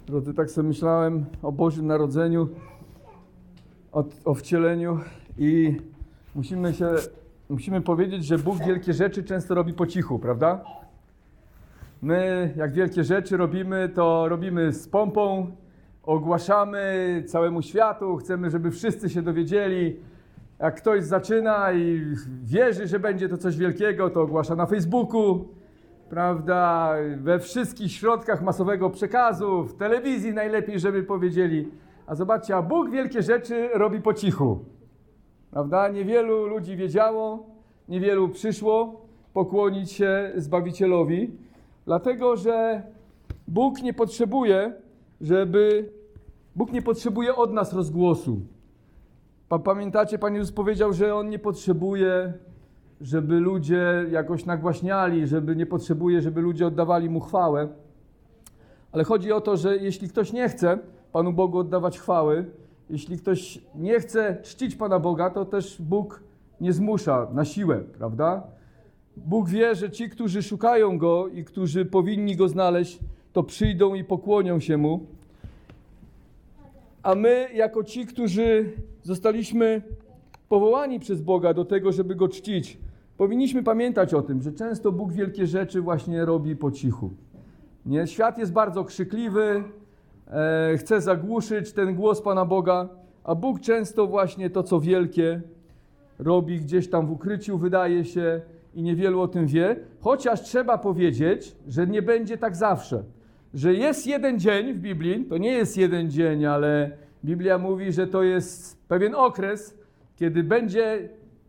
Drodzy, tak sobie myślałem o Bożym Narodzeniu, o wcieleniu i musimy powiedzieć, że Bóg wielkie rzeczy często robi po cichu, prawda? My, jak wielkie rzeczy robimy, to robimy z pompą, ogłaszamy całemu światu, chcemy, żeby wszyscy się dowiedzieli. Jak ktoś zaczyna i wierzy, że będzie to coś wielkiego, to ogłasza na Facebooku, prawda, we wszystkich środkach masowego przekazu, w telewizji najlepiej, żeby powiedzieli. A zobaczcie, a Bóg wielkie rzeczy robi po cichu, prawda? Niewielu ludzi wiedziało, niewielu przyszło pokłonić się Zbawicielowi, dlatego, że Bóg nie potrzebuje od nas rozgłosu. Pamiętacie, Pan Jezus powiedział, że On nie potrzebuje, żeby ludzie jakoś nagłaśniali, nie potrzebuje, żeby ludzie oddawali Mu chwałę. Ale chodzi o to, że jeśli ktoś nie chce Panu Bogu oddawać chwały, jeśli ktoś nie chce czcić Pana Boga, to też Bóg nie zmusza na siłę, prawda? Bóg wie, że ci, którzy szukają Go i którzy powinni Go znaleźć, to przyjdą i pokłonią się Mu. A my, jako ci, którzy zostaliśmy powołani przez Boga do tego, żeby Go czcić, powinniśmy pamiętać o tym, że często Bóg wielkie rzeczy właśnie robi po cichu. Nie? Świat jest bardzo krzykliwy, chce zagłuszyć ten głos Pana Boga, a Bóg często właśnie to, co wielkie, robi gdzieś tam w ukryciu, wydaje się, i niewielu o tym wie. Chociaż trzeba powiedzieć, że nie będzie tak zawsze. Że jest jeden dzień w Biblii, to nie jest jeden dzień, ale Biblia mówi, że to jest pewien okres, kiedy będzie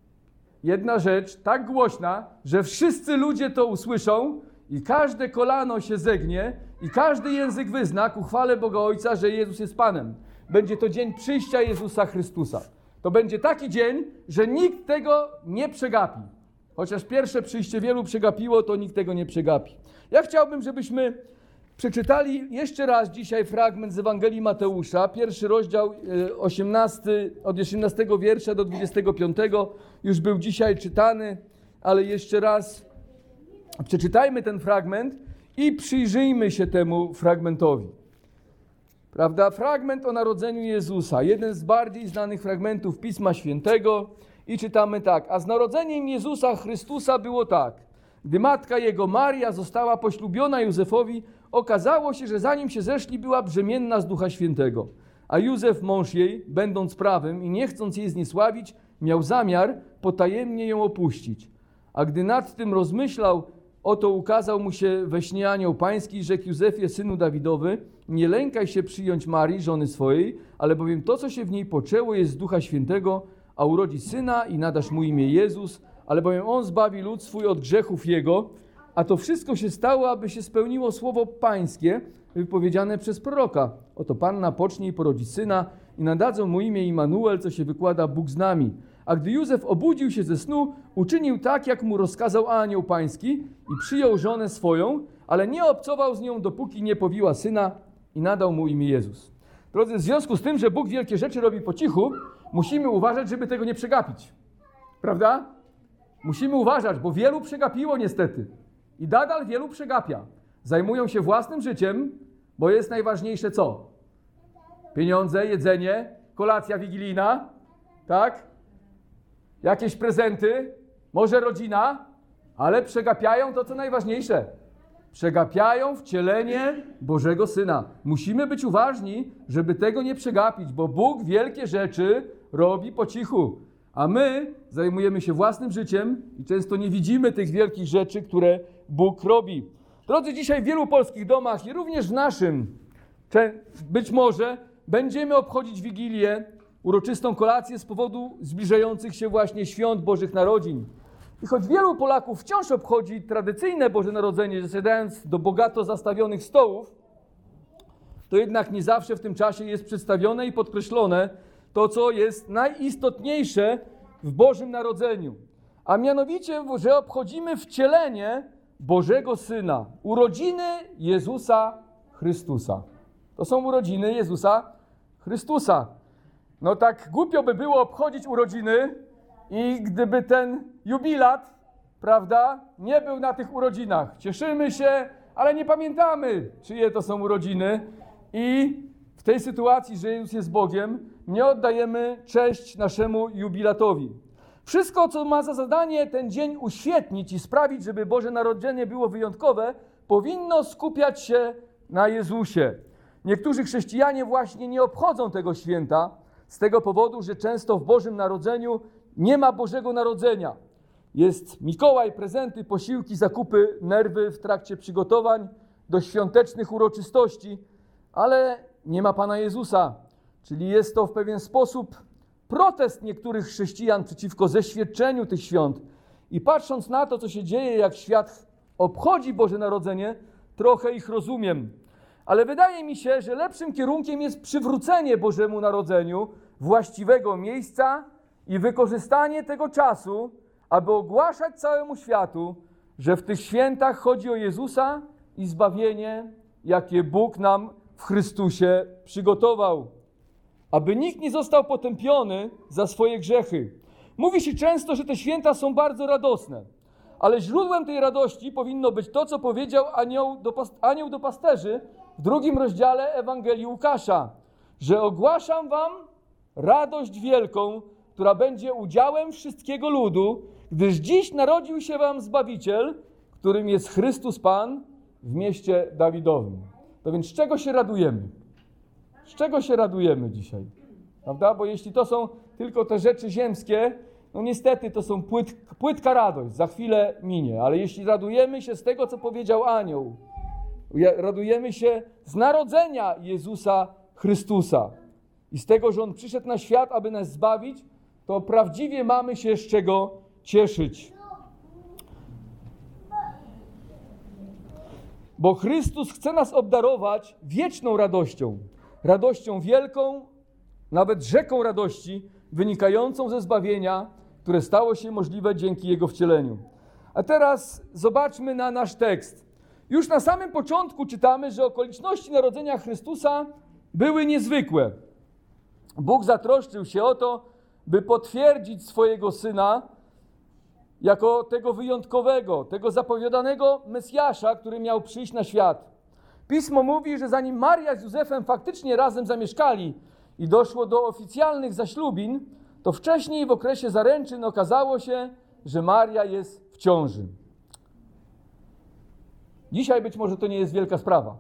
jedna rzecz tak głośna, że wszyscy ludzie to usłyszą i każde kolano się zegnie i każdy język wyzna ku chwale Boga Ojca, że Jezus jest Panem. Będzie to dzień przyjścia Jezusa Chrystusa. To będzie taki dzień, że nikt tego nie przegapi. Chociaż pierwsze przyjście wielu przegapiło, to nikt tego nie przegapi. Ja chciałbym, żebyśmy przeczytali jeszcze raz dzisiaj fragment z Ewangelii Mateusza, pierwszy rozdział 18, od 18 wiersza do 25. Już był dzisiaj czytany, ale jeszcze raz przeczytajmy ten fragment i przyjrzyjmy się temu fragmentowi. Prawda? Fragment o narodzeniu Jezusa, jeden z bardziej znanych fragmentów Pisma Świętego i czytamy tak. A z narodzeniem Jezusa Chrystusa było tak. Gdy matka Jego Maria została poślubiona Józefowi, okazało się, że zanim się zeszli, była brzemienna z Ducha Świętego. A Józef, mąż jej, będąc prawym i nie chcąc jej zniesławić, miał zamiar potajemnie ją opuścić. A gdy nad tym rozmyślał, oto ukazał mu się we śnie anioł pański, rzekł Józefie, synu Dawidowy, nie lękaj się przyjąć Marii, żony swojej, ale bowiem to, co się w niej poczęło, jest z Ducha Świętego, a urodzi syna i nadasz mu imię Jezus, ale bowiem on zbawi lud swój od grzechów jego, a to wszystko się stało, aby się spełniło słowo pańskie, wypowiedziane przez proroka. Oto Panna pocznie i porodzi syna i nadadzą mu imię Immanuel, co się wykłada Bóg z nami. A gdy Józef obudził się ze snu, uczynił tak, jak mu rozkazał anioł pański i przyjął żonę swoją, ale nie obcował z nią, dopóki nie powiła syna i nadał mu imię Jezus. Drodzy, w związku z tym, że Bóg wielkie rzeczy robi po cichu, musimy uważać, żeby tego nie przegapić. Prawda? Musimy uważać, bo wielu przegapiło niestety. I nadal wielu przegapia. Zajmują się własnym życiem, bo jest najważniejsze co? Pieniądze, jedzenie, kolacja wigilijna, tak? Jakieś prezenty, może rodzina, ale przegapiają to, co najważniejsze. Przegapiają wcielenie Bożego Syna. Musimy być uważni, żeby tego nie przegapić, bo Bóg wielkie rzeczy robi po cichu. A my zajmujemy się własnym życiem i często nie widzimy tych wielkich rzeczy, które Bóg robi. Drodzy, dzisiaj w wielu polskich domach i również w naszym, być może będziemy obchodzić Wigilię, uroczystą kolację z powodu zbliżających się właśnie świąt Bożych Narodzin. I choć wielu Polaków wciąż obchodzi tradycyjne Boże Narodzenie, zasiadając do bogato zastawionych stołów, to jednak nie zawsze w tym czasie jest przedstawione i podkreślone to, co jest najistotniejsze w Bożym Narodzeniu. A mianowicie, że obchodzimy wcielenie Bożego Syna, urodziny Jezusa Chrystusa. To są urodziny Jezusa Chrystusa. No tak głupio by było obchodzić urodziny i gdyby ten jubilat, prawda, nie był na tych urodzinach. Cieszymy się, ale nie pamiętamy, czyje to są urodziny. i w tej sytuacji, że Jezus jest Bogiem, nie oddajemy cześć naszemu jubilatowi. Wszystko, co ma za zadanie ten dzień uświetnić i sprawić, żeby Boże Narodzenie było wyjątkowe, powinno skupiać się na Jezusie. Niektórzy chrześcijanie właśnie nie obchodzą tego święta z tego powodu, że często w Bożym Narodzeniu nie ma Bożego Narodzenia. Jest Mikołaj, prezenty, posiłki, zakupy, nerwy w trakcie przygotowań do świątecznych uroczystości, ale nie ma Pana Jezusa. Czyli jest to w pewien sposób protest niektórych chrześcijan przeciwko zeświadczeniu tych świąt. I patrząc na to, co się dzieje, jak świat obchodzi Boże Narodzenie, trochę ich rozumiem. Ale wydaje mi się, że lepszym kierunkiem jest przywrócenie Bożemu Narodzeniu właściwego miejsca i wykorzystanie tego czasu, aby ogłaszać całemu światu, że w tych świętach chodzi o Jezusa i zbawienie, jakie Bóg nam w Chrystusie przygotował. Aby nikt nie został potępiony za swoje grzechy. Mówi się często, że te święta są bardzo radosne, ale źródłem tej radości powinno być to, co powiedział anioł do pasterzy w 2 rozdziale Ewangelii Łukasza, że ogłaszam wam radość wielką, która będzie udziałem wszystkiego ludu, gdyż dziś narodził się wam Zbawiciel, którym jest Chrystus Pan w mieście Dawidowym. To więc z czego się radujemy? Z czego się radujemy dzisiaj? Prawda? Bo jeśli to są tylko te rzeczy ziemskie, no niestety to są płytka radość, za chwilę minie. Ale jeśli radujemy się z tego, co powiedział anioł, radujemy się z narodzenia Jezusa Chrystusa i z tego, że On przyszedł na świat, aby nas zbawić, to prawdziwie mamy się z czego cieszyć. Bo Chrystus chce nas obdarować wieczną radością. Radością wielką, nawet rzeką radości, wynikającą ze zbawienia, które stało się możliwe dzięki Jego wcieleniu. A teraz zobaczmy na nasz tekst. Już na samym początku czytamy, że okoliczności narodzenia Chrystusa były niezwykłe. Bóg zatroszczył się o to, by potwierdzić swojego Syna jako tego wyjątkowego, tego zapowiadanego Mesjasza, który miał przyjść na świat. Pismo mówi, że zanim Maria z Józefem faktycznie razem zamieszkali i doszło do oficjalnych zaślubin, to wcześniej w okresie zaręczyn okazało się, że Maria jest w ciąży. Dzisiaj być może to nie jest wielka sprawa,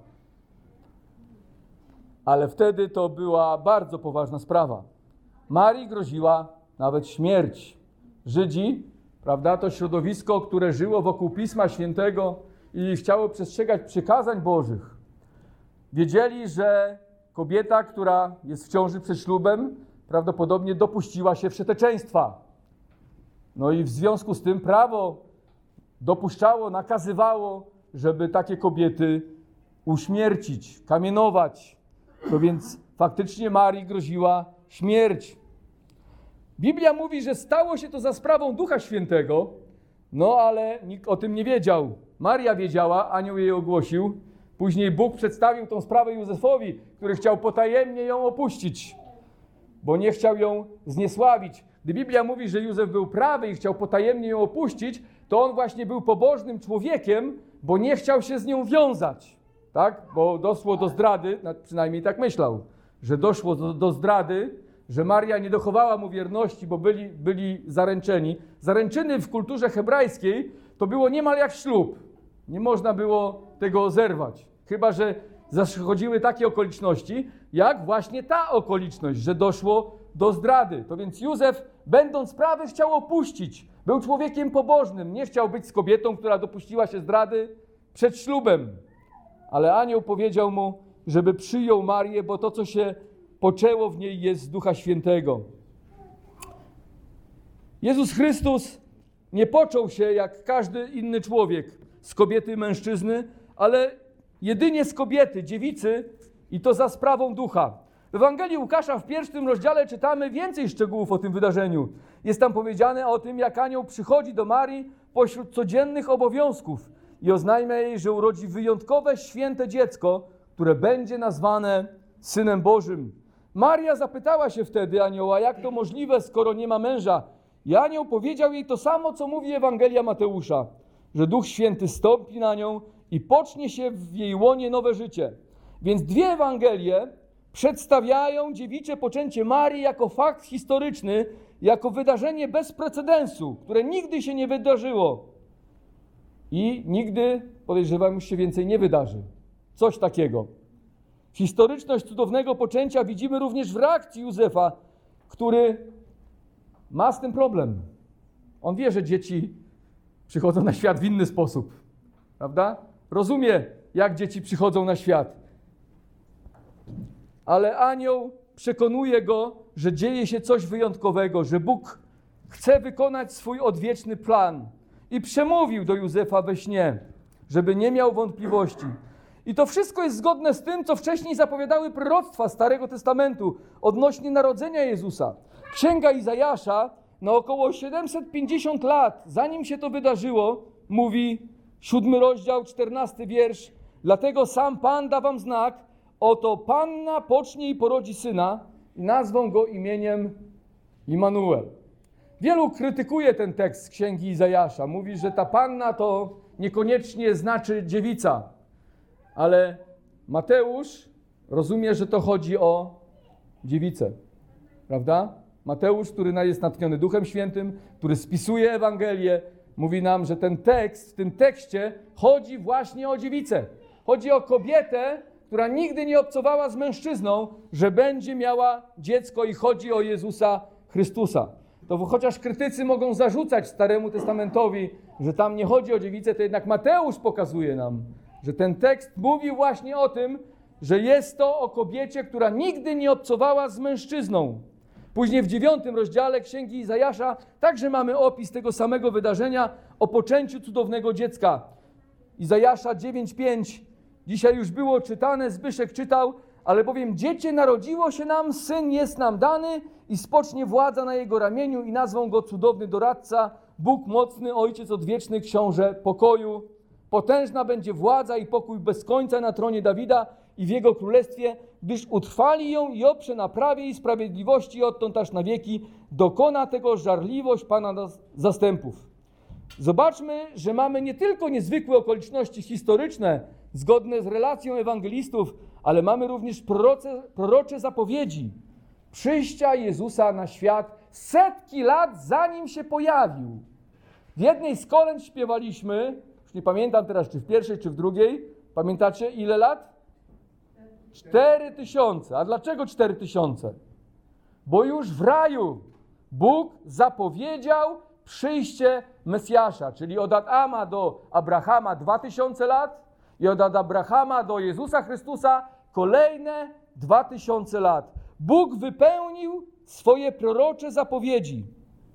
ale wtedy to była bardzo poważna sprawa. Marii groziła nawet śmierć. Żydzi, prawda, to środowisko, które żyło wokół Pisma Świętego i chciało przestrzegać przykazań Bożych. Wiedzieli, że kobieta, która jest w ciąży przed ślubem, prawdopodobnie dopuściła się wszeteczeństwa. No i w związku z tym prawo dopuszczało, nakazywało, żeby takie kobiety uśmiercić, kamienować. To więc faktycznie Marii groziła śmierć. Biblia mówi, że stało się to za sprawą Ducha Świętego, no ale nikt o tym nie wiedział. Maria wiedziała, anioł jej ogłosił. Później Bóg przedstawił tą sprawę Józefowi, który chciał potajemnie ją opuścić, bo nie chciał ją zniesławić. Gdy Biblia mówi, że Józef był prawy i chciał potajemnie ją opuścić, to on właśnie był pobożnym człowiekiem, bo nie chciał się z nią wiązać. Tak? Bo doszło do zdrady, przynajmniej tak myślał, że doszło do zdrady, że Maria nie dochowała mu wierności, bo byli zaręczeni. Zaręczyny w kulturze hebrajskiej to było niemal jak ślub. Nie można było tego zerwać. Chyba że zachodziły takie okoliczności, jak właśnie ta okoliczność, że doszło do zdrady. To więc Józef, będąc prawy, chciał opuścić. Był człowiekiem pobożnym. Nie chciał być z kobietą, która dopuściła się zdrady przed ślubem. Ale anioł powiedział mu, żeby przyjął Marię, bo to, co się poczęło w niej, jest z Ducha Świętego. Jezus Chrystus nie począł się jak każdy inny człowiek z kobiety i mężczyzny, ale jedynie z kobiety, dziewicy, i to za sprawą Ducha. W Ewangelii Łukasza w 1 rozdziale czytamy więcej szczegółów o tym wydarzeniu. Jest tam powiedziane o tym, jak anioł przychodzi do Marii pośród codziennych obowiązków i oznajmia jej, że urodzi wyjątkowe, święte dziecko, które będzie nazwane Synem Bożym. Maria zapytała się wtedy anioła, jak to możliwe, skoro nie ma męża. I anioł powiedział jej to samo, co mówi Ewangelia Mateusza, że Duch Święty stąpi na nią i pocznie się w jej łonie nowe życie. Więc dwie Ewangelie przedstawiają dziewicze poczęcie Marii jako fakt historyczny, jako wydarzenie bez precedensu, które nigdy się nie wydarzyło i nigdy, podejrzewam, już się więcej nie wydarzy. Coś takiego. Historyczność cudownego poczęcia widzimy również w reakcji Józefa, który ma z tym problem. On wie, że dzieci przychodzą na świat w inny sposób. Prawda? Rozumie, jak dzieci przychodzą na świat. Ale anioł przekonuje go, że dzieje się coś wyjątkowego, że Bóg chce wykonać swój odwieczny plan. I przemówił do Józefa we śnie, żeby nie miał wątpliwości. I to wszystko jest zgodne z tym, co wcześniej zapowiadały proroctwa Starego Testamentu odnośnie narodzenia Jezusa. Księga Izajasza na około 750 lat, zanim się to wydarzyło, mówi 7 rozdział, 14 wiersz. Dlatego sam Pan da wam znak, oto panna pocznie i porodzi syna i nazwą go imieniem Immanuel. Wielu krytykuje ten tekst z Księgi Izajasza. Mówi, że ta panna to niekoniecznie znaczy dziewica. Ale Mateusz rozumie, że to chodzi o dziewicę. Prawda? Mateusz, który jest natchniony Duchem Świętym, który spisuje Ewangelię, mówi nam, że ten tekst, w tym tekście chodzi właśnie o dziewicę. Chodzi o kobietę, która nigdy nie obcowała z mężczyzną, że będzie miała dziecko i chodzi o Jezusa Chrystusa. To chociaż krytycy mogą zarzucać Staremu Testamentowi, że tam nie chodzi o dziewicę, to jednak Mateusz pokazuje nam, że ten tekst mówi właśnie o tym, że jest to o kobiecie, która nigdy nie obcowała z mężczyzną. Później w 9 rozdziale Księgi Izajasza także mamy opis tego samego wydarzenia o poczęciu cudownego dziecka. Izajasza 9:5. Dzisiaj już było czytane, Zbyszek czytał, ale bowiem dziecię narodziło się nam, syn jest nam dany i spocznie władza na jego ramieniu i nazwą go cudowny doradca, Bóg mocny, Ojciec odwieczny, książę pokoju. Potężna będzie władza i pokój bez końca na tronie Dawida i w jego królestwie, gdyż utrwali ją i oprze na prawie i sprawiedliwości odtąd aż na wieki, dokona tego żarliwość Pana zastępów. Zobaczmy, że mamy nie tylko niezwykłe okoliczności historyczne, zgodne z relacją ewangelistów, ale mamy również prorocze zapowiedzi przyjścia Jezusa na świat setki lat, zanim się pojawił. W jednej z kolęd śpiewaliśmy, już nie pamiętam teraz, czy w pierwszej, czy w drugiej, pamiętacie ile lat? 4000. A dlaczego 4000? Bo już w raju Bóg zapowiedział przyjście Mesjasza, czyli od Adama do Abrahama 2000 lat i od Abrahama do Jezusa Chrystusa kolejne 2000 lat. Bóg wypełnił swoje prorocze zapowiedzi.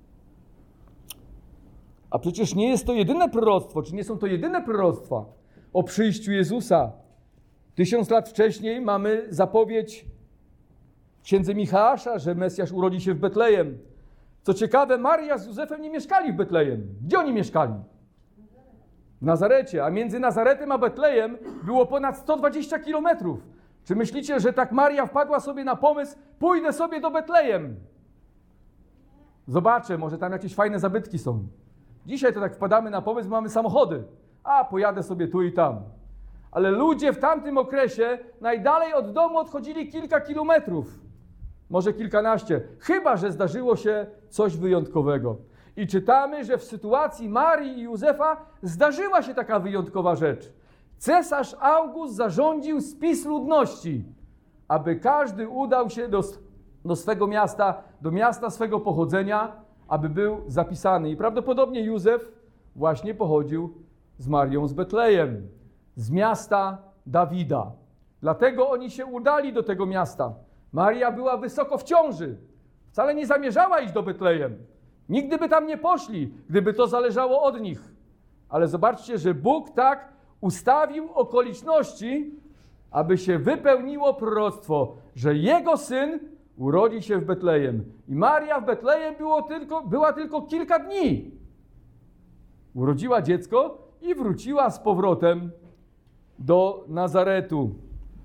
A przecież nie jest to jedyne proroctwo, czy nie są to jedyne proroctwa o przyjściu Jezusa. 1000 lat wcześniej mamy zapowiedź w księdze Michała, że Mesjasz urodzi się w Betlejem. Co ciekawe, Maria z Józefem nie mieszkali w Betlejem. Gdzie oni mieszkali? W Nazarecie, a między Nazaretem a Betlejem było ponad 120 kilometrów. Czy myślicie, że tak Maria wpadła sobie na pomysł, pójdę sobie do Betlejem? Zobaczę, może tam jakieś fajne zabytki są. Dzisiaj to tak wpadamy na pomysł, mamy samochody. A, pojadę sobie tu i tam. Ale ludzie w tamtym okresie najdalej od domu odchodzili kilka kilometrów. Może kilkanaście. Chyba że zdarzyło się coś wyjątkowego. I czytamy, że w sytuacji Marii i Józefa zdarzyła się taka wyjątkowa rzecz. Cesarz August zarządził spis ludności, aby każdy udał się do swego miasta, do miasta swego pochodzenia, aby był zapisany. I prawdopodobnie Józef właśnie pochodził z Marią z Betlejem, z miasta Dawida. Dlatego oni się udali do tego miasta. Maria była wysoko w ciąży. Wcale nie zamierzała iść do Betlejem. Nigdy by tam nie poszli, gdyby to zależało od nich. Ale zobaczcie, że Bóg tak ustawił okoliczności, aby się wypełniło proroctwo, że Jego Syn urodzi się w Betlejem. I Maria w Betlejem była tylko kilka dni. Urodziła dziecko i wróciła z powrotem do Nazaretu.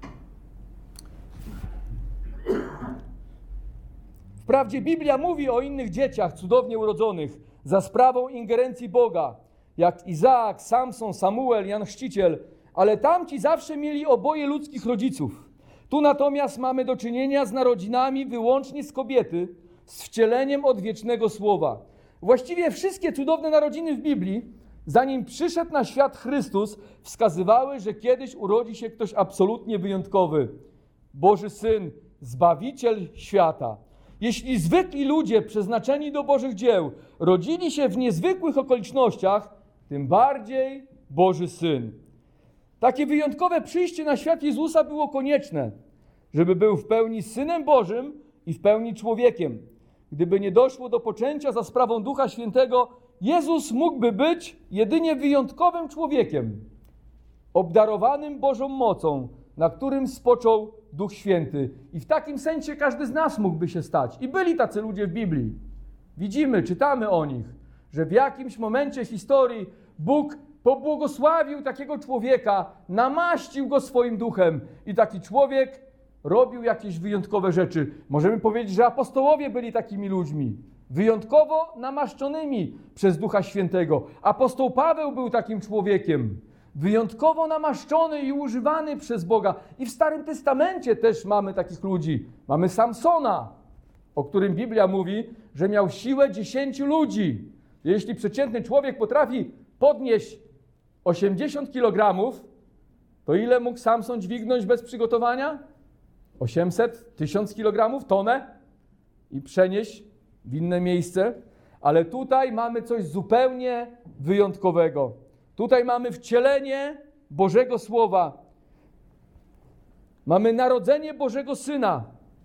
Wprawdzie Biblia mówi o innych dzieciach cudownie urodzonych za sprawą ingerencji Boga, jak Izaak, Samson, Samuel, Jan Chrzciciel, ale tamci zawsze mieli oboje ludzkich rodziców. Tu natomiast mamy do czynienia z narodzinami wyłącznie z kobiety, z wcieleniem odwiecznego słowa. Właściwie wszystkie cudowne narodziny w Biblii, zanim przyszedł na świat Chrystus, wskazywały, że kiedyś urodzi się ktoś absolutnie wyjątkowy. Boży Syn, Zbawiciel świata. Jeśli zwykli ludzie przeznaczeni do Bożych dzieł rodzili się w niezwykłych okolicznościach, tym bardziej Boży Syn. Takie wyjątkowe przyjście na świat Jezusa było konieczne, żeby był w pełni Synem Bożym i w pełni człowiekiem. Gdyby nie doszło do poczęcia za sprawą Ducha Świętego, Jezus mógłby być jedynie wyjątkowym człowiekiem, obdarowanym Bożą mocą, na którym spoczął Duch Święty. I w takim sensie każdy z nas mógłby się stać. I byli tacy ludzie w Biblii. Widzimy, czytamy o nich, że w jakimś momencie historii Bóg pobłogosławił takiego człowieka, namaścił go swoim duchem i taki człowiek robił jakieś wyjątkowe rzeczy. Możemy powiedzieć, że apostołowie byli takimi ludźmi, wyjątkowo namaszczonymi przez Ducha Świętego. Apostoł Paweł był takim człowiekiem, wyjątkowo namaszczony i używany przez Boga. I w Starym Testamencie też mamy takich ludzi. Mamy Samsona, o którym Biblia mówi, że miał siłę 10 ludzi. Jeśli przeciętny człowiek potrafi podnieść 80 kg, to ile mógł Samson dźwignąć bez przygotowania? 800, 1000 kg, tonę i przenieść w inne miejsce. Ale tutaj mamy coś zupełnie wyjątkowego. Tutaj mamy wcielenie Bożego Słowa. Mamy narodzenie Bożego Syna.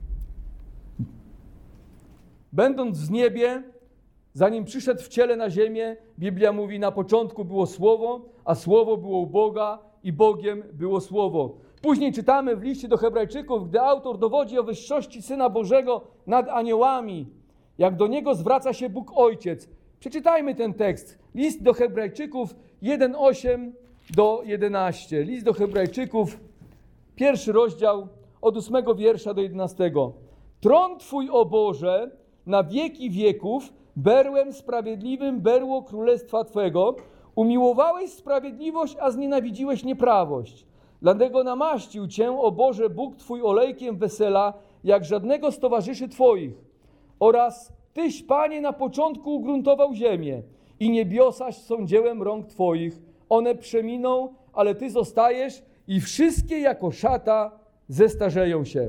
Będąc w niebie, zanim przyszedł w ciele na ziemię, Biblia mówi, na początku było Słowo, a Słowo było u Boga i Bogiem było Słowo. Później czytamy w liście do Hebrajczyków, gdy autor dowodzi o wyższości Syna Bożego nad aniołami, jak do Niego zwraca się Bóg Ojciec. Przeczytajmy ten tekst. List do Hebrajczyków 1:8 do 11. List do Hebrajczyków, 1 rozdział, od 8 wiersza do 11. Tron Twój, o Boże, na wieki wieków, berłem sprawiedliwym berło królestwa Twego. Umiłowałeś sprawiedliwość, a znienawidziłeś nieprawość. Dlatego namaścił Cię, o Boże, Bóg Twój olejkiem wesela, jak żadnego z towarzyszy Twoich. Oraz Tyś, Panie, na początku ugruntował ziemię i niebiosa są dziełem rąk Twoich. One przeminą, ale Ty zostajesz i wszystkie jako szata zestarzeją się.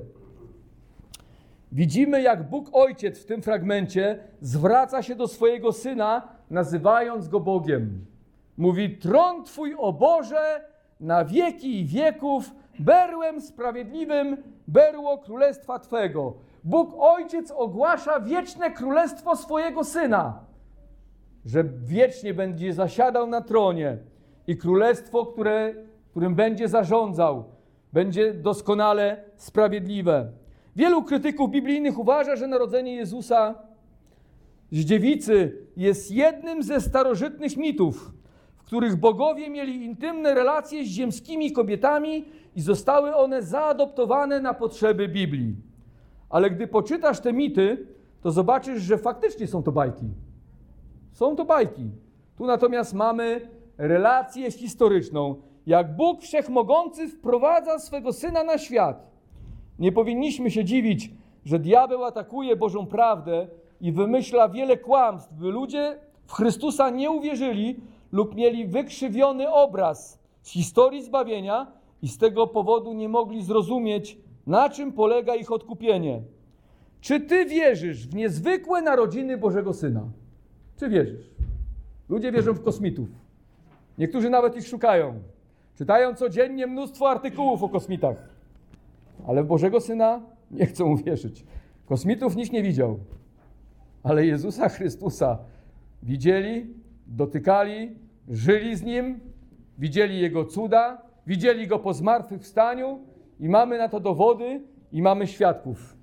Widzimy, jak Bóg Ojciec w tym fragmencie zwraca się do swojego Syna, nazywając Go Bogiem. Mówi, tron Twój, o Boże, na wieki i wieków, berłem sprawiedliwym berło królestwa Twego. Bóg Ojciec ogłasza wieczne królestwo swojego Syna, że wiecznie będzie zasiadał na tronie i królestwo, którym będzie zarządzał, będzie doskonale sprawiedliwe. Wielu krytyków biblijnych uważa, że narodzenie Jezusa z dziewicy jest jednym ze starożytnych mitów, w których bogowie mieli intymne relacje z ziemskimi kobietami i zostały one zaadoptowane na potrzeby Biblii. Ale gdy poczytasz te mity, to zobaczysz, że faktycznie są to bajki. Są to bajki. Tu natomiast mamy relację historyczną, jak Bóg Wszechmogący wprowadza swego Syna na świat. Nie powinniśmy się dziwić, że diabeł atakuje Bożą prawdę i wymyśla wiele kłamstw, by ludzie w Chrystusa nie uwierzyli lub mieli wykrzywiony obraz z historii zbawienia i z tego powodu nie mogli zrozumieć, na czym polega ich odkupienie. Czy ty wierzysz w niezwykłe narodziny Bożego Syna? Czy wierzysz? Ludzie wierzą w kosmitów. Niektórzy nawet ich szukają. Czytają codziennie mnóstwo artykułów o kosmitach. Ale w Bożego Syna nie chcą uwierzyć. Kosmitów nikt nie widział. Ale Jezusa Chrystusa widzieli, dotykali, żyli z Nim, widzieli Jego cuda, widzieli Go po zmartwychwstaniu i mamy na to dowody i mamy świadków.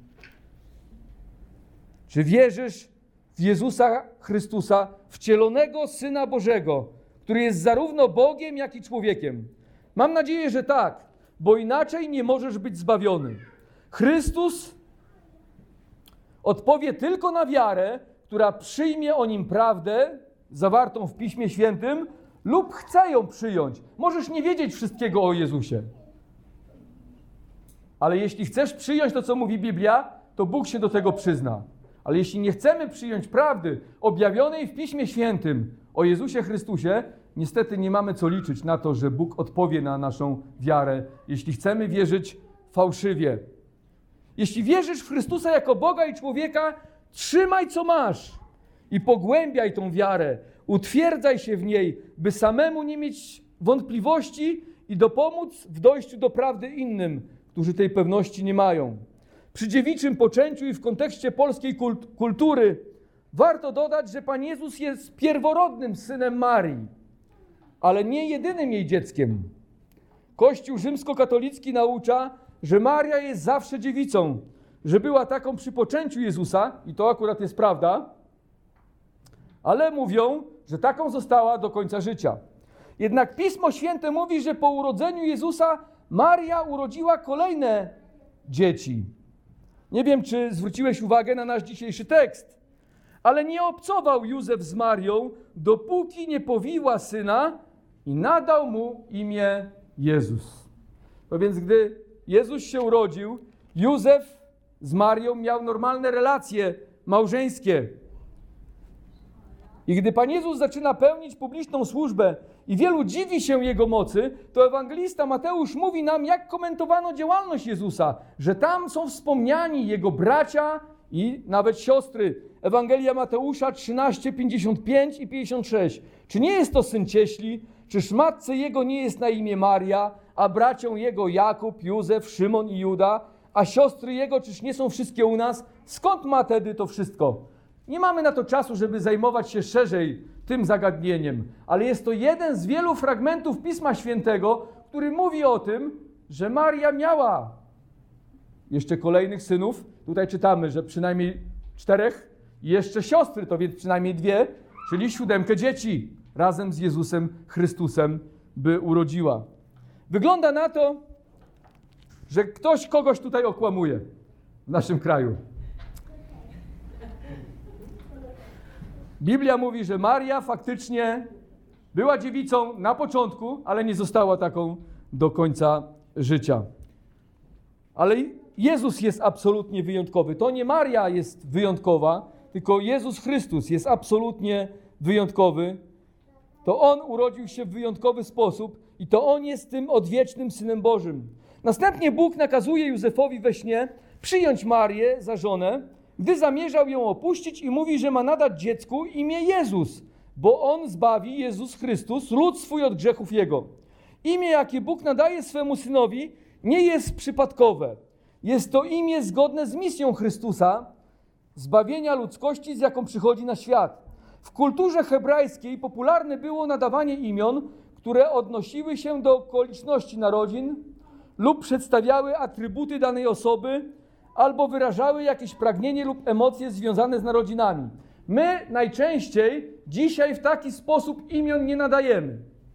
Czy wierzysz w Jezusa Chrystusa, wcielonego Syna Bożego, który jest zarówno Bogiem, jak i człowiekiem? Mam nadzieję, że tak, bo inaczej nie możesz być zbawiony. Chrystus odpowie tylko na wiarę, która przyjmie o Nim prawdę zawartą w Piśmie Świętym lub chce ją przyjąć. Możesz nie wiedzieć wszystkiego o Jezusie. Ale jeśli chcesz przyjąć to, co mówi Biblia, to Bóg się do tego przyzna. Ale jeśli nie chcemy przyjąć prawdy objawionej w Piśmie Świętym o Jezusie Chrystusie, niestety nie mamy co liczyć na to, że Bóg odpowie na naszą wiarę, jeśli chcemy wierzyć fałszywie. Jeśli wierzysz w Chrystusa jako Boga i człowieka, trzymaj co masz i pogłębiaj tą wiarę. Utwierdzaj się w niej, by samemu nie mieć wątpliwości i dopomóc w dojściu do prawdy innym, którzy tej pewności nie mają. Przy dziewiczym poczęciu i w kontekście polskiej kultury warto dodać, że Pan Jezus jest pierworodnym synem Marii, ale nie jedynym jej dzieckiem. Kościół rzymskokatolicki naucza, że Maria jest zawsze dziewicą, że była taką przy poczęciu Jezusa, i to akurat jest prawda, ale mówią, że taką została do końca życia. Jednak Pismo Święte mówi, że po urodzeniu Jezusa Maria urodziła kolejne dzieci. Nie wiem, czy zwróciłeś uwagę na nasz dzisiejszy tekst, ale nie obcował Józef z Marią, dopóki nie powiła syna i nadał mu imię Jezus. No więc gdy Jezus się urodził, Józef z Marią miał normalne relacje małżeńskie. I gdy Pan Jezus zaczyna pełnić publiczną służbę i wielu dziwi się Jego mocy, to ewangelista Mateusz mówi nam, jak komentowano działalność Jezusa, że tam są wspomniani Jego bracia i nawet siostry. Ewangelia Mateusza 13, 55 i 56. Czy nie jest to syn cieśli? Czyż matce Jego nie jest na imię Maria, a bracią Jego Jakub, Józef, Szymon i Juda? A siostry Jego czyż nie są wszystkie u nas? Skąd ma tedy to wszystko? Nie mamy na to czasu, żeby zajmować się szerzej tym zagadnieniem, ale jest to jeden z wielu fragmentów Pisma Świętego, który mówi o tym, że Maria miała jeszcze kolejnych synów. Tutaj czytamy, że przynajmniej 4 i jeszcze siostry, to więc przynajmniej 2, czyli 7 dzieci razem z Jezusem Chrystusem by urodziła. Wygląda na to, że ktoś kogoś tutaj okłamuje w naszym kraju. Biblia mówi, że Maria faktycznie była dziewicą na początku, ale nie została taką do końca życia. Ale Jezus jest absolutnie wyjątkowy. To nie Maria jest wyjątkowa, tylko Jezus Chrystus jest absolutnie wyjątkowy. To On urodził się w wyjątkowy sposób i to On jest tym odwiecznym Synem Bożym. Następnie Bóg nakazuje Józefowi we śnie przyjąć Marię za żonę, gdy zamierzał ją opuścić i mówi, że ma nadać dziecku imię Jezus, bo On zbawi, Jezus Chrystus, lud swój od grzechów jego. Imię, jakie Bóg nadaje swemu Synowi, nie jest przypadkowe. Jest to imię zgodne z misją Chrystusa, zbawienia ludzkości, z jaką przychodzi na świat. W kulturze hebrajskiej popularne było nadawanie imion, które odnosiły się do okoliczności narodzin lub przedstawiały atrybuty danej osoby, albo wyrażały jakieś pragnienie lub emocje związane z narodzinami. My najczęściej dzisiaj w taki sposób imion nie nadajemy.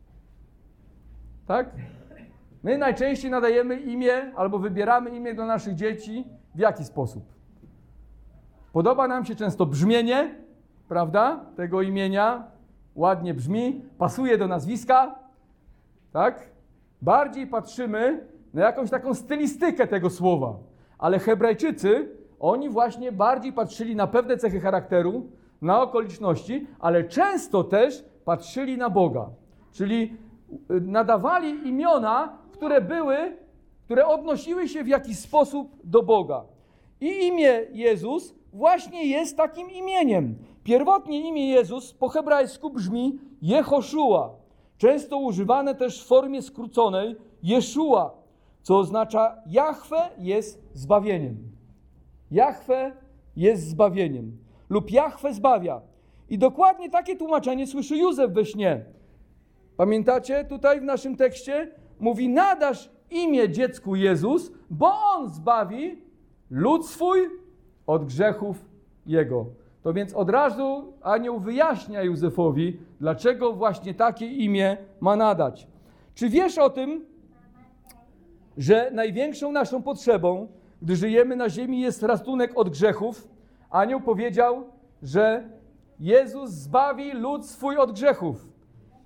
Tak? My najczęściej nadajemy imię albo wybieramy imię dla naszych dzieci w jaki sposób? Podoba nam się często brzmienie, prawda? Tego imienia. Ładnie brzmi, pasuje do nazwiska. Tak? Bardziej patrzymy na jakąś taką stylistykę tego słowa. Ale Hebrajczycy, oni właśnie bardziej patrzyli na pewne cechy charakteru, na okoliczności, ale często też patrzyli na Boga. Czyli nadawali imiona, które odnosiły się w jakiś sposób do Boga. I imię Jezus właśnie jest takim imieniem. Pierwotnie imię Jezus po hebrajsku brzmi Jehoszua, często używane też w formie skróconej Jeszua, co oznacza Jahwe jest zbawieniem. Jahwe jest zbawieniem lub Jahwe zbawia. I dokładnie takie tłumaczenie słyszy Józef we śnie. Pamiętacie? Tutaj w naszym tekście mówi: nadasz imię dziecku Jezus, bo On zbawi lud swój od grzechów jego. To więc od razu anioł wyjaśnia Józefowi, dlaczego właśnie takie imię ma nadać. Czy wiesz o tym, że największą naszą potrzebą, gdy żyjemy na ziemi, jest ratunek od grzechów? Anioł powiedział, że Jezus zbawi lud swój od grzechów.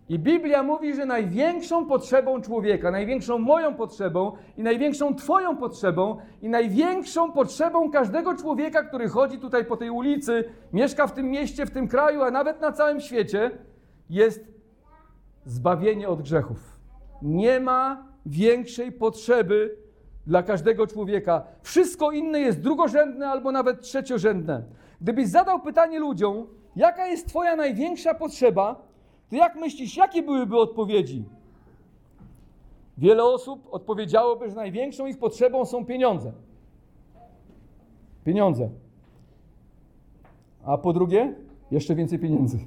I Biblia mówi, że największą potrzebą człowieka, największą moją potrzebą i największą twoją potrzebą i największą potrzebą każdego człowieka, który chodzi tutaj po tej ulicy, mieszka w tym mieście, w tym kraju, a nawet na całym świecie, jest zbawienie od grzechów. Nie ma większej potrzeby dla każdego człowieka. Wszystko inne jest drugorzędne albo nawet trzeciorzędne. Gdybyś zadał pytanie ludziom, jaka jest twoja największa potrzeba, to jak myślisz, jakie byłyby odpowiedzi? Wiele osób odpowiedziałoby, że największą ich potrzebą są pieniądze. Pieniądze. A po drugie, jeszcze więcej pieniędzy.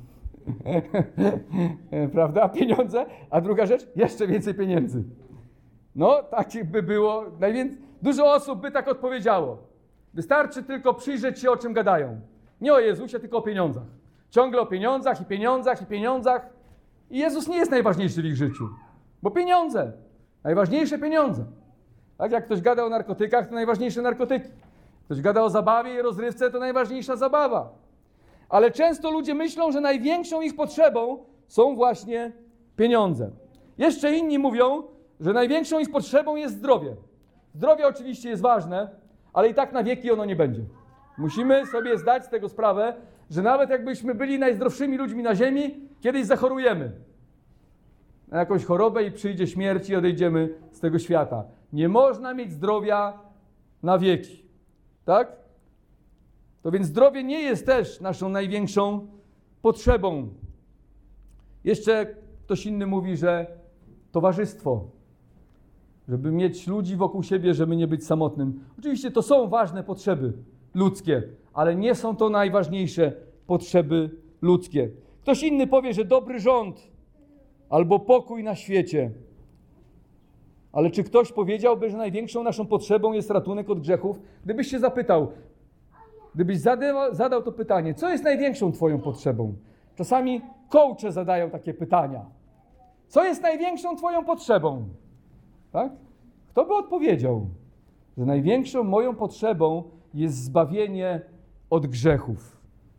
Prawda? Pieniądze. A druga rzecz, jeszcze więcej pieniędzy. No, tak by było. Dużo osób by tak odpowiedziało. Wystarczy tylko przyjrzeć się, o czym gadają. Nie o Jezusie, tylko o pieniądzach. Ciągle o pieniądzach i pieniądzach i pieniądzach. I Jezus nie jest najważniejszy w ich życiu. Bo pieniądze. Najważniejsze pieniądze. Tak jak ktoś gada o narkotykach, to najważniejsze narkotyki. Ktoś gada o zabawie i rozrywce, to najważniejsza zabawa. Ale często ludzie myślą, że największą ich potrzebą są właśnie pieniądze. Jeszcze inni mówią, że największą ich potrzebą jest zdrowie. Zdrowie oczywiście jest ważne, ale i tak na wieki ono nie będzie. Musimy sobie zdać z tego sprawę, że nawet jakbyśmy byli najzdrowszymi ludźmi na ziemi, kiedyś zachorujemy na jakąś chorobę i przyjdzie śmierć i odejdziemy z tego świata. Nie można mieć zdrowia na wieki. Tak? To więc zdrowie nie jest też naszą największą potrzebą. Jeszcze ktoś inny mówi, że towarzystwo, żeby mieć ludzi wokół siebie, żeby nie być samotnym. Oczywiście to są ważne potrzeby ludzkie, ale nie są to najważniejsze potrzeby ludzkie. Ktoś inny powie, że dobry rząd albo pokój na świecie. Ale czy ktoś powiedziałby, że największą naszą potrzebą jest ratunek od grzechów? Gdybyś się zapytał, gdybyś zadał to pytanie, co jest największą twoją potrzebą? Czasami coache zadają takie pytania. Co jest największą twoją potrzebą? Tak? Kto by odpowiedział, że największą moją potrzebą jest zbawienie od grzechów?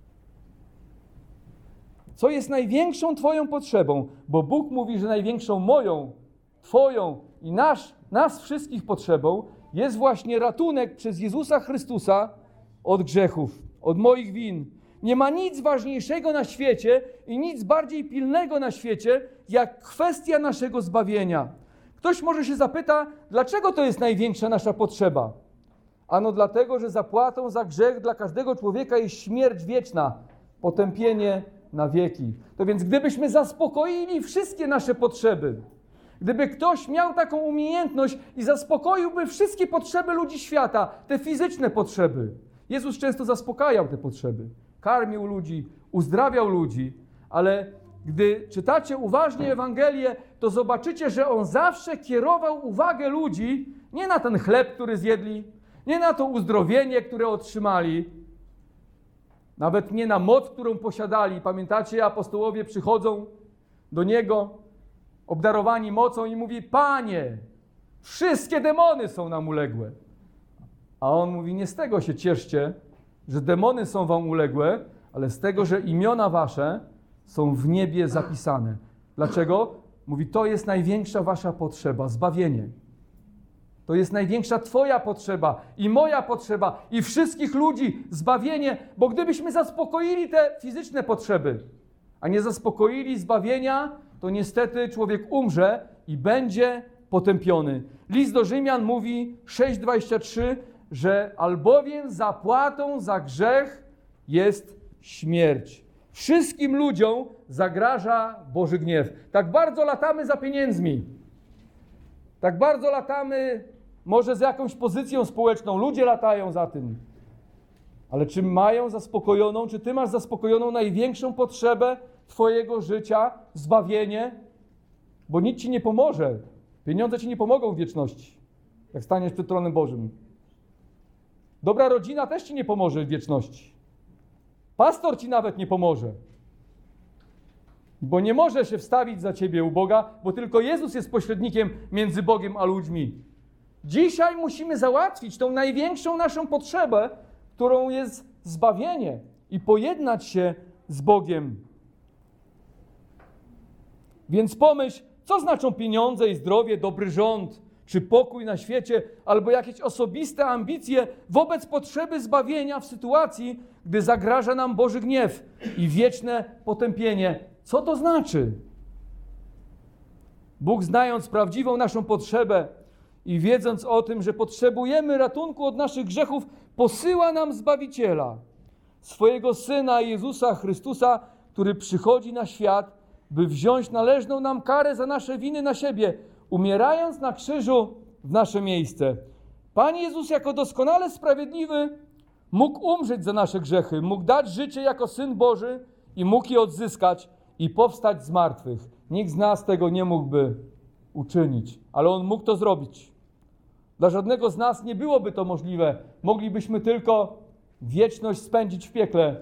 Co jest największą twoją potrzebą? Bo Bóg mówi, że największą moją, twoją i nas wszystkich potrzebą jest właśnie ratunek przez Jezusa Chrystusa od grzechów, od moich win. Nie ma nic ważniejszego na świecie i nic bardziej pilnego na świecie, jak kwestia naszego zbawienia. Ktoś może się zapyta, dlaczego to jest największa nasza potrzeba? Ano dlatego, że zapłatą za grzech dla każdego człowieka jest śmierć wieczna, potępienie na wieki. To więc gdybyśmy zaspokoili wszystkie nasze potrzeby, gdyby ktoś miał taką umiejętność i zaspokoiłby wszystkie potrzeby ludzi świata, te fizyczne potrzeby. Jezus często zaspokajał te potrzeby. Karmił ludzi, uzdrawiał ludzi, ale gdy czytacie uważnie Ewangelię, to zobaczycie, że On zawsze kierował uwagę ludzi nie na ten chleb, który zjedli, nie na to uzdrowienie, które otrzymali, nawet nie na moc, którą posiadali. Pamiętacie, apostołowie przychodzą do Niego, obdarowani mocą i mówi: Panie, wszystkie demony są nam uległe. A On mówi: nie z tego się cieszcie, że demony są wam uległe, ale z tego, że imiona wasze są w niebie zapisane. Dlaczego? Mówi, to jest największa wasza potrzeba, zbawienie. To jest największa twoja potrzeba i moja potrzeba i wszystkich ludzi, zbawienie, bo gdybyśmy zaspokoili te fizyczne potrzeby, a nie zaspokoili zbawienia, to niestety człowiek umrze i będzie potępiony. List do Rzymian mówi 6:23, że albowiem zapłatą za grzech jest śmierć. Wszystkim ludziom zagraża Boży gniew. Tak bardzo latamy za pieniędzmi. Tak bardzo latamy może z jakąś pozycją społeczną. Ludzie latają za tym. Ale czy mają zaspokojoną, czy ty masz zaspokojoną największą potrzebę twojego życia, zbawienie? Bo nic ci nie pomoże. Pieniądze ci nie pomogą w wieczności, jak staniesz przed tronem Bożym. Dobra rodzina też ci nie pomoże w wieczności. Pastor ci nawet nie pomoże. Bo nie może się wstawić za ciebie u Boga, bo tylko Jezus jest pośrednikiem między Bogiem a ludźmi. Dzisiaj musimy załatwić tą największą naszą potrzebę, którą jest zbawienie i pojednać się z Bogiem. Więc pomyśl, co znaczą pieniądze i zdrowie, dobry rząd, czy pokój na świecie, albo jakieś osobiste ambicje wobec potrzeby zbawienia w sytuacji, gdy zagraża nam Boży gniew i wieczne potępienie. Co to znaczy? Bóg, znając prawdziwą naszą potrzebę i wiedząc o tym, że potrzebujemy ratunku od naszych grzechów, posyła nam Zbawiciela, swojego Syna Jezusa Chrystusa, który przychodzi na świat, by wziąć należną nam karę za nasze winy na siebie, umierając na krzyżu w nasze miejsce. Pan Jezus jako doskonale sprawiedliwy mógł umrzeć za nasze grzechy, mógł dać życie jako Syn Boży i mógł je odzyskać i powstać z martwych. Nikt z nas tego nie mógłby uczynić, ale On mógł to zrobić. Dla żadnego z nas nie byłoby to możliwe. Moglibyśmy tylko wieczność spędzić w piekle,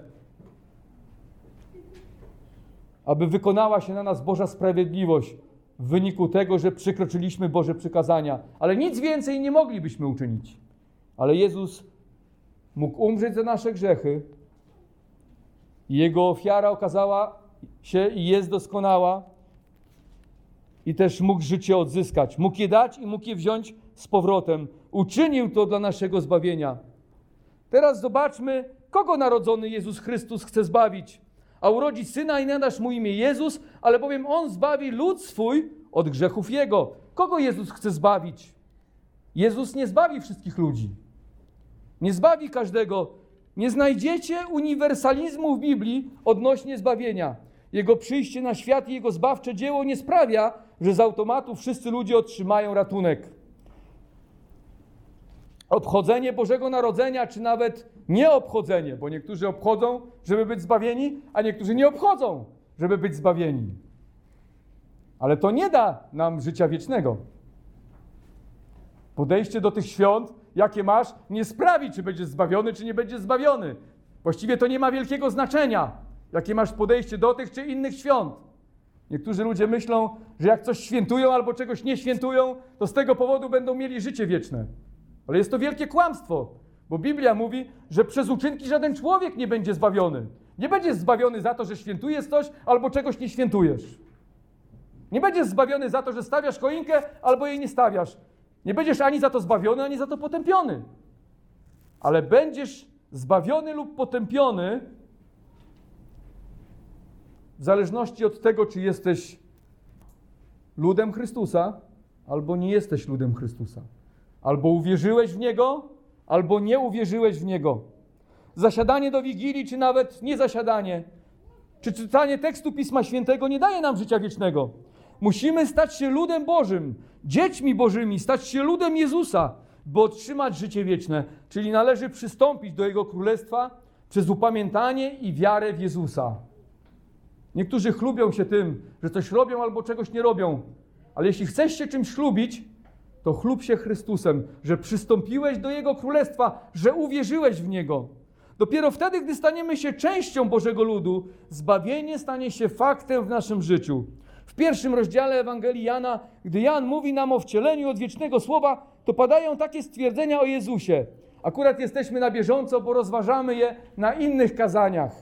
aby wykonała się na nas Boża sprawiedliwość w wyniku tego, że przekroczyliśmy Boże przykazania. Ale nic więcej nie moglibyśmy uczynić. Ale Jezus mógł umrzeć za nasze grzechy i Jego ofiara okazała się i jest doskonała i też mógł życie odzyskać. Mógł je dać i mógł je wziąć z powrotem. Uczynił to dla naszego zbawienia. Teraz zobaczmy, kogo narodzony Jezus Chrystus chce zbawić. A urodzi Syna i nadasz Mu imię Jezus, ale bowiem On zbawi lud swój od grzechów Jego. Kogo Jezus chce zbawić? Jezus nie zbawi wszystkich ludzi. Nie zbawi każdego. Nie znajdziecie uniwersalizmu w Biblii odnośnie zbawienia. Jego przyjście na świat i Jego zbawcze dzieło nie sprawia, że z automatu wszyscy ludzie otrzymają ratunek. Obchodzenie Bożego Narodzenia, czy nawet nieobchodzenie, bo niektórzy obchodzą, żeby być zbawieni, a niektórzy nie obchodzą, żeby być zbawieni. Ale to nie da nam życia wiecznego. Podejście do tych świąt, jakie masz, nie sprawi, czy będziesz zbawiony, czy nie będziesz zbawiony. Właściwie to nie ma wielkiego znaczenia, jakie masz podejście do tych czy innych świąt. Niektórzy ludzie myślą, że jak coś świętują albo czegoś nie świętują, to z tego powodu będą mieli życie wieczne. Ale jest to wielkie kłamstwo, bo Biblia mówi, że przez uczynki żaden człowiek nie będzie zbawiony. Nie będziesz zbawiony za to, że świętujesz coś albo czegoś nie świętujesz. Nie będziesz zbawiony za to, że stawiasz choinkę albo jej nie stawiasz. Nie będziesz ani za to zbawiony, ani za to potępiony. Ale będziesz zbawiony lub potępiony w zależności od tego, czy jesteś ludem Chrystusa, albo nie jesteś ludem Chrystusa. Albo uwierzyłeś w Niego, albo nie uwierzyłeś w Niego. Zasiadanie do Wigilii, czy nawet niezasiadanie, czy czytanie tekstu Pisma Świętego nie daje nam życia wiecznego. Musimy stać się ludem Bożym, dziećmi Bożymi, stać się ludem Jezusa, by otrzymać życie wieczne. Czyli należy przystąpić do Jego Królestwa przez upamiętanie i wiarę w Jezusa. Niektórzy chlubią się tym, że coś robią albo czegoś nie robią. Ale jeśli chcesz się czymś chlubić, to chlub się Chrystusem, że przystąpiłeś do Jego Królestwa, że uwierzyłeś w Niego. Dopiero wtedy, gdy staniemy się częścią Bożego ludu, zbawienie stanie się faktem w naszym życiu. W 1 rozdziale Ewangelii Jana, gdy Jan mówi nam o wcieleniu odwiecznego słowa, to padają takie stwierdzenia o Jezusie. Akurat jesteśmy na bieżąco, bo rozważamy je na innych kazaniach.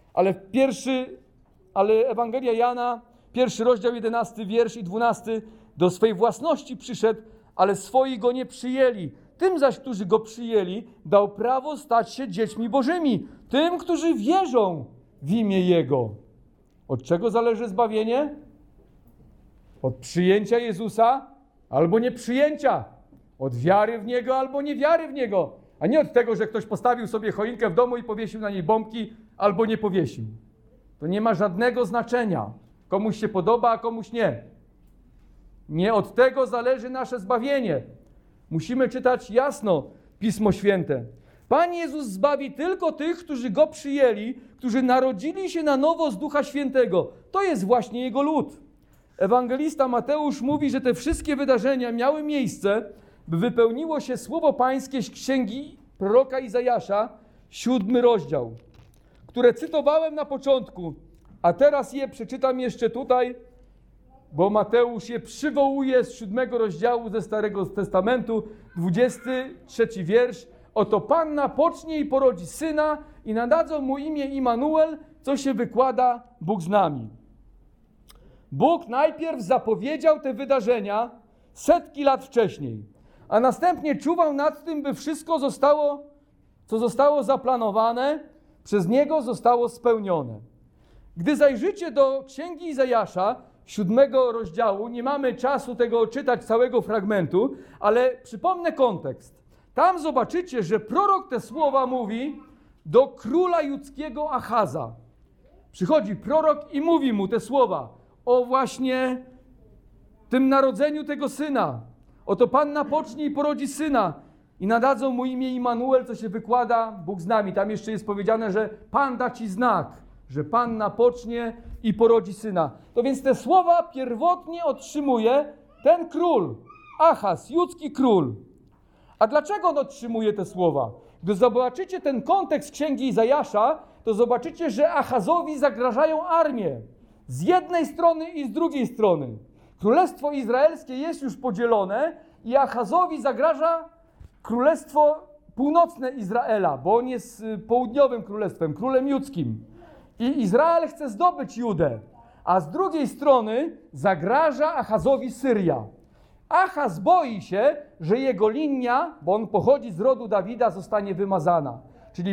Ale Ewangelia Jana, 1 rozdział 11 wiersz i 12, do swej własności przyszedł, ale swoi go nie przyjęli. Tym zaś, którzy go przyjęli, dał prawo stać się dziećmi Bożymi. Tym, którzy wierzą w imię Jego. Od czego zależy zbawienie? Od przyjęcia Jezusa albo nieprzyjęcia. Od wiary w Niego albo niewiary w Niego. A nie od tego, że ktoś postawił sobie choinkę w domu i powiesił na niej bombki albo nie powiesił. To nie ma żadnego znaczenia. Komuś się podoba, a komuś nie. Nie od tego zależy nasze zbawienie. Musimy czytać jasno Pismo Święte. Pan Jezus zbawi tylko tych, którzy Go przyjęli, którzy narodzili się na nowo z Ducha Świętego. To jest właśnie Jego lud. Ewangelista Mateusz mówi, że te wszystkie wydarzenia miały miejsce, by wypełniło się słowo Pańskie z księgi proroka Izajasza, 7 rozdział, które cytowałem na początku, a teraz je przeczytam jeszcze tutaj, bo Mateusz je przywołuje z 7 rozdziału ze Starego Testamentu, 23 wiersz. Oto panna pocznie i porodzi syna i nadadzą mu imię Immanuel, co się wykłada Bóg z nami. Bóg najpierw zapowiedział te wydarzenia setki lat wcześniej, a następnie czuwał nad tym, by wszystko co zostało zaplanowane, przez Niego zostało spełnione. Gdy zajrzycie do Księgi Izajasza, 7 rozdziału, nie mamy czasu tego czytać całego fragmentu, ale przypomnę kontekst. Tam zobaczycie, że prorok te słowa mówi do króla judzkiego Achaza. Przychodzi prorok i mówi mu te słowa o właśnie tym narodzeniu tego syna. Oto Panna pocznie i porodzi syna i nadadzą mu imię Immanuel, co się wykłada, Bóg z nami. Tam jeszcze jest powiedziane, że Pan da ci znak, że Panna pocznie i porodzi syna. To więc te słowa pierwotnie otrzymuje ten król, Achaz, judzki król. A dlaczego on otrzymuje te słowa? Gdy zobaczycie ten kontekst Księgi Izajasza, to zobaczycie, że Achazowi zagrażają armie. Z jednej strony i z drugiej strony. Królestwo Izraelskie jest już podzielone i Achazowi zagraża królestwo północne Izraela, bo on jest południowym królestwem, królem judzkim. I Izrael chce zdobyć Judę, a z drugiej strony zagraża Achazowi Syria. Achaz boi się, że jego linia, bo on pochodzi z rodu Dawida, zostanie wymazana. Czyli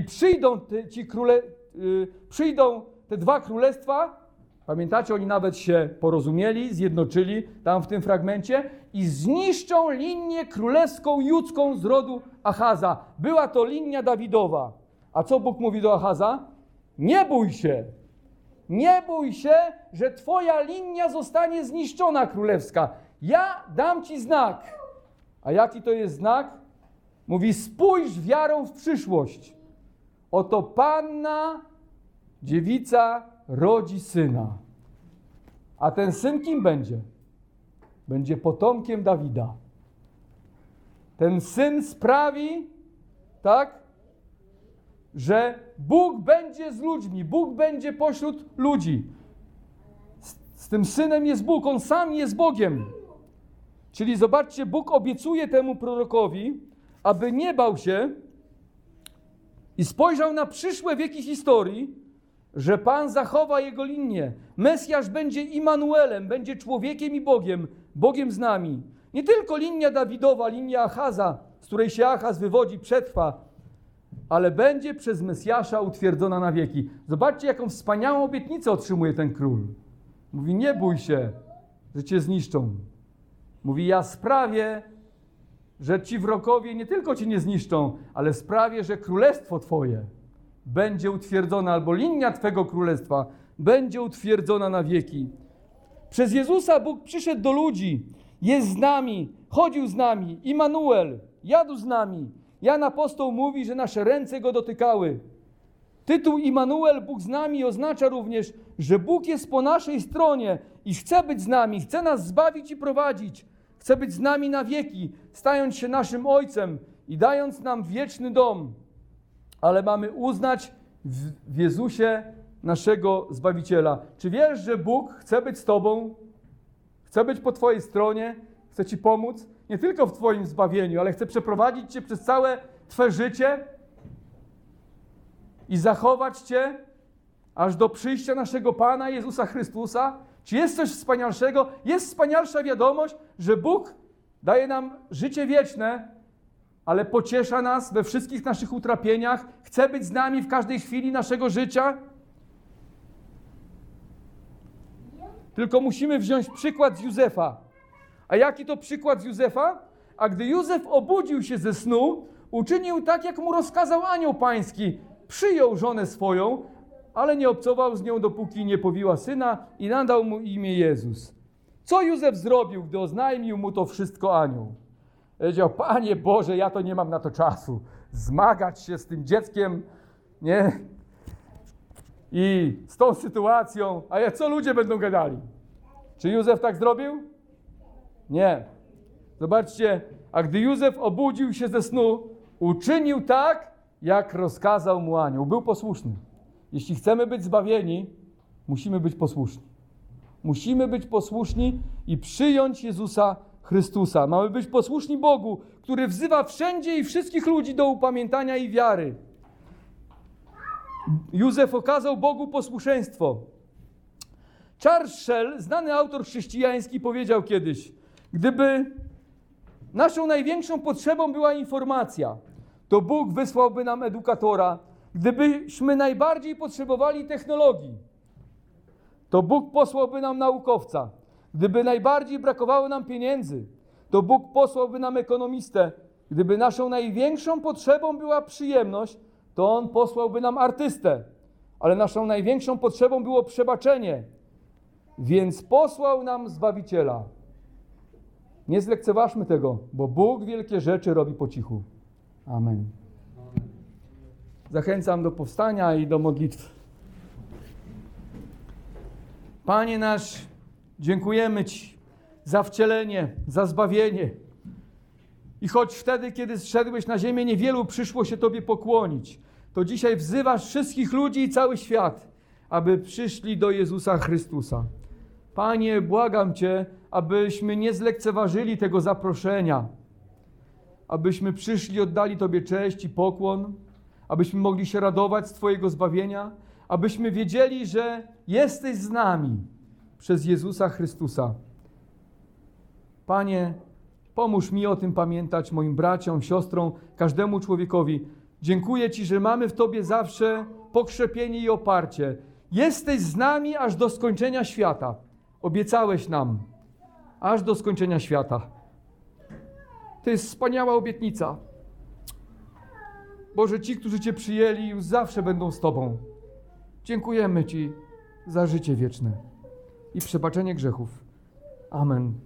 przyjdą te dwa królestwa, pamiętacie, oni nawet się porozumieli, zjednoczyli tam w tym fragmencie i zniszczą linię królewską judzką z rodu Achaza. Była to linia Dawidowa. A co Bóg mówi do Achaza? Nie bój się. Nie bój się, że twoja linia zostanie zniszczona królewska. Ja dam ci znak. A jaki to jest znak? Mówi, spójrz wiarą w przyszłość. Oto Panna, dziewica, rodzi syna. A ten syn kim będzie? Będzie potomkiem Dawida. Ten syn sprawi, tak, że Bóg będzie z ludźmi, Bóg będzie pośród ludzi. Z tym synem jest Bóg, on sam jest Bogiem. Czyli zobaczcie, Bóg obiecuje temu prorokowi, aby nie bał się i spojrzał na przyszłe wieki historii, że Pan zachowa jego linię. Mesjasz będzie Immanuelem, będzie człowiekiem i Bogiem, Bogiem z nami. Nie tylko linia Dawidowa, linia Achaza, z której się Achaz wywodzi, przetrwa, ale będzie przez Mesjasza utwierdzona na wieki. Zobaczcie, jaką wspaniałą obietnicę otrzymuje ten król. Mówi, nie bój się, że cię zniszczą. Mówi, ja sprawię, że ci wrogowie nie tylko cię nie zniszczą, ale sprawię, że królestwo twoje będzie utwierdzona, albo linia twego królestwa będzie utwierdzona na wieki. Przez Jezusa Bóg przyszedł do ludzi, jest z nami, chodził z nami, Immanuel, jadł z nami. Jan apostoł mówi, że nasze ręce Go dotykały. Tytuł Immanuel, Bóg z nami, oznacza również, że Bóg jest po naszej stronie i chce być z nami, chce nas zbawić i prowadzić. Chce być z nami na wieki, stając się naszym Ojcem i dając nam wieczny dom. Ale mamy uznać w Jezusie naszego Zbawiciela. Czy wiesz, że Bóg chce być z tobą? Chce być po twojej stronie? Chce ci pomóc? Nie tylko w twoim zbawieniu, ale chce przeprowadzić cię przez całe twoje życie i zachować cię aż do przyjścia naszego Pana Jezusa Chrystusa. Czy jest coś wspanialszego? Jest wspanialsza wiadomość, że Bóg daje nam życie wieczne, ale pociesza nas we wszystkich naszych utrapieniach, chce być z nami w każdej chwili naszego życia. Tylko musimy wziąć przykład z Józefa. A jaki to przykład z Józefa? A gdy Józef obudził się ze snu, uczynił tak, jak mu rozkazał anioł pański. Przyjął żonę swoją, ale nie obcował z nią, dopóki nie powiła syna i nadał mu imię Jezus. Co Józef zrobił, gdy oznajmił mu to wszystko anioł? Powiedział, Panie Boże, ja to nie mam na to czasu. Zmagać się z tym dzieckiem, nie? I z tą sytuacją. A co ludzie będą gadali? Czy Józef tak zrobił? Nie. Zobaczcie, a gdy Józef obudził się ze snu, uczynił tak, jak rozkazał mu anioł. Był posłuszny. Jeśli chcemy być zbawieni, musimy być posłuszni. Musimy być posłuszni i przyjąć Jezusa Chrystusa. Mamy być posłuszni Bogu, który wzywa wszędzie i wszystkich ludzi do upamiętania i wiary. Józef okazał Bogu posłuszeństwo. Charles Shell, znany autor chrześcijański, powiedział kiedyś, gdyby naszą największą potrzebą była informacja, to Bóg wysłałby nam edukatora. Gdybyśmy najbardziej potrzebowali technologii, to Bóg posłałby nam naukowca. Gdyby najbardziej brakowało nam pieniędzy, to Bóg posłałby nam ekonomistę. Gdyby naszą największą potrzebą była przyjemność, to On posłałby nam artystę. Ale naszą największą potrzebą było przebaczenie, więc posłał nam Zbawiciela. Nie zlekceważmy tego, bo Bóg wielkie rzeczy robi po cichu. Amen. Zachęcam do powstania i do modlitwy. Panie nasz, dziękujemy Ci za wcielenie, za zbawienie. I choć wtedy, kiedy zszedłeś na ziemię, niewielu przyszło się Tobie pokłonić, to dzisiaj wzywasz wszystkich ludzi i cały świat, aby przyszli do Jezusa Chrystusa. Panie, błagam Cię, abyśmy nie zlekceważyli tego zaproszenia, abyśmy przyszli, oddali Tobie cześć i pokłon, abyśmy mogli się radować z Twojego zbawienia, abyśmy wiedzieli, że jesteś z nami przez Jezusa Chrystusa. Panie, pomóż mi o tym pamiętać, moim braciom, siostrom, każdemu człowiekowi. Dziękuję Ci, że mamy w Tobie zawsze pokrzepienie i oparcie. Jesteś z nami aż do skończenia świata. Obiecałeś nam, aż do skończenia świata. To jest wspaniała obietnica. Boże, ci, którzy Cię przyjęli, już zawsze będą z Tobą. Dziękujemy Ci za życie wieczne i przebaczenie grzechów. Amen.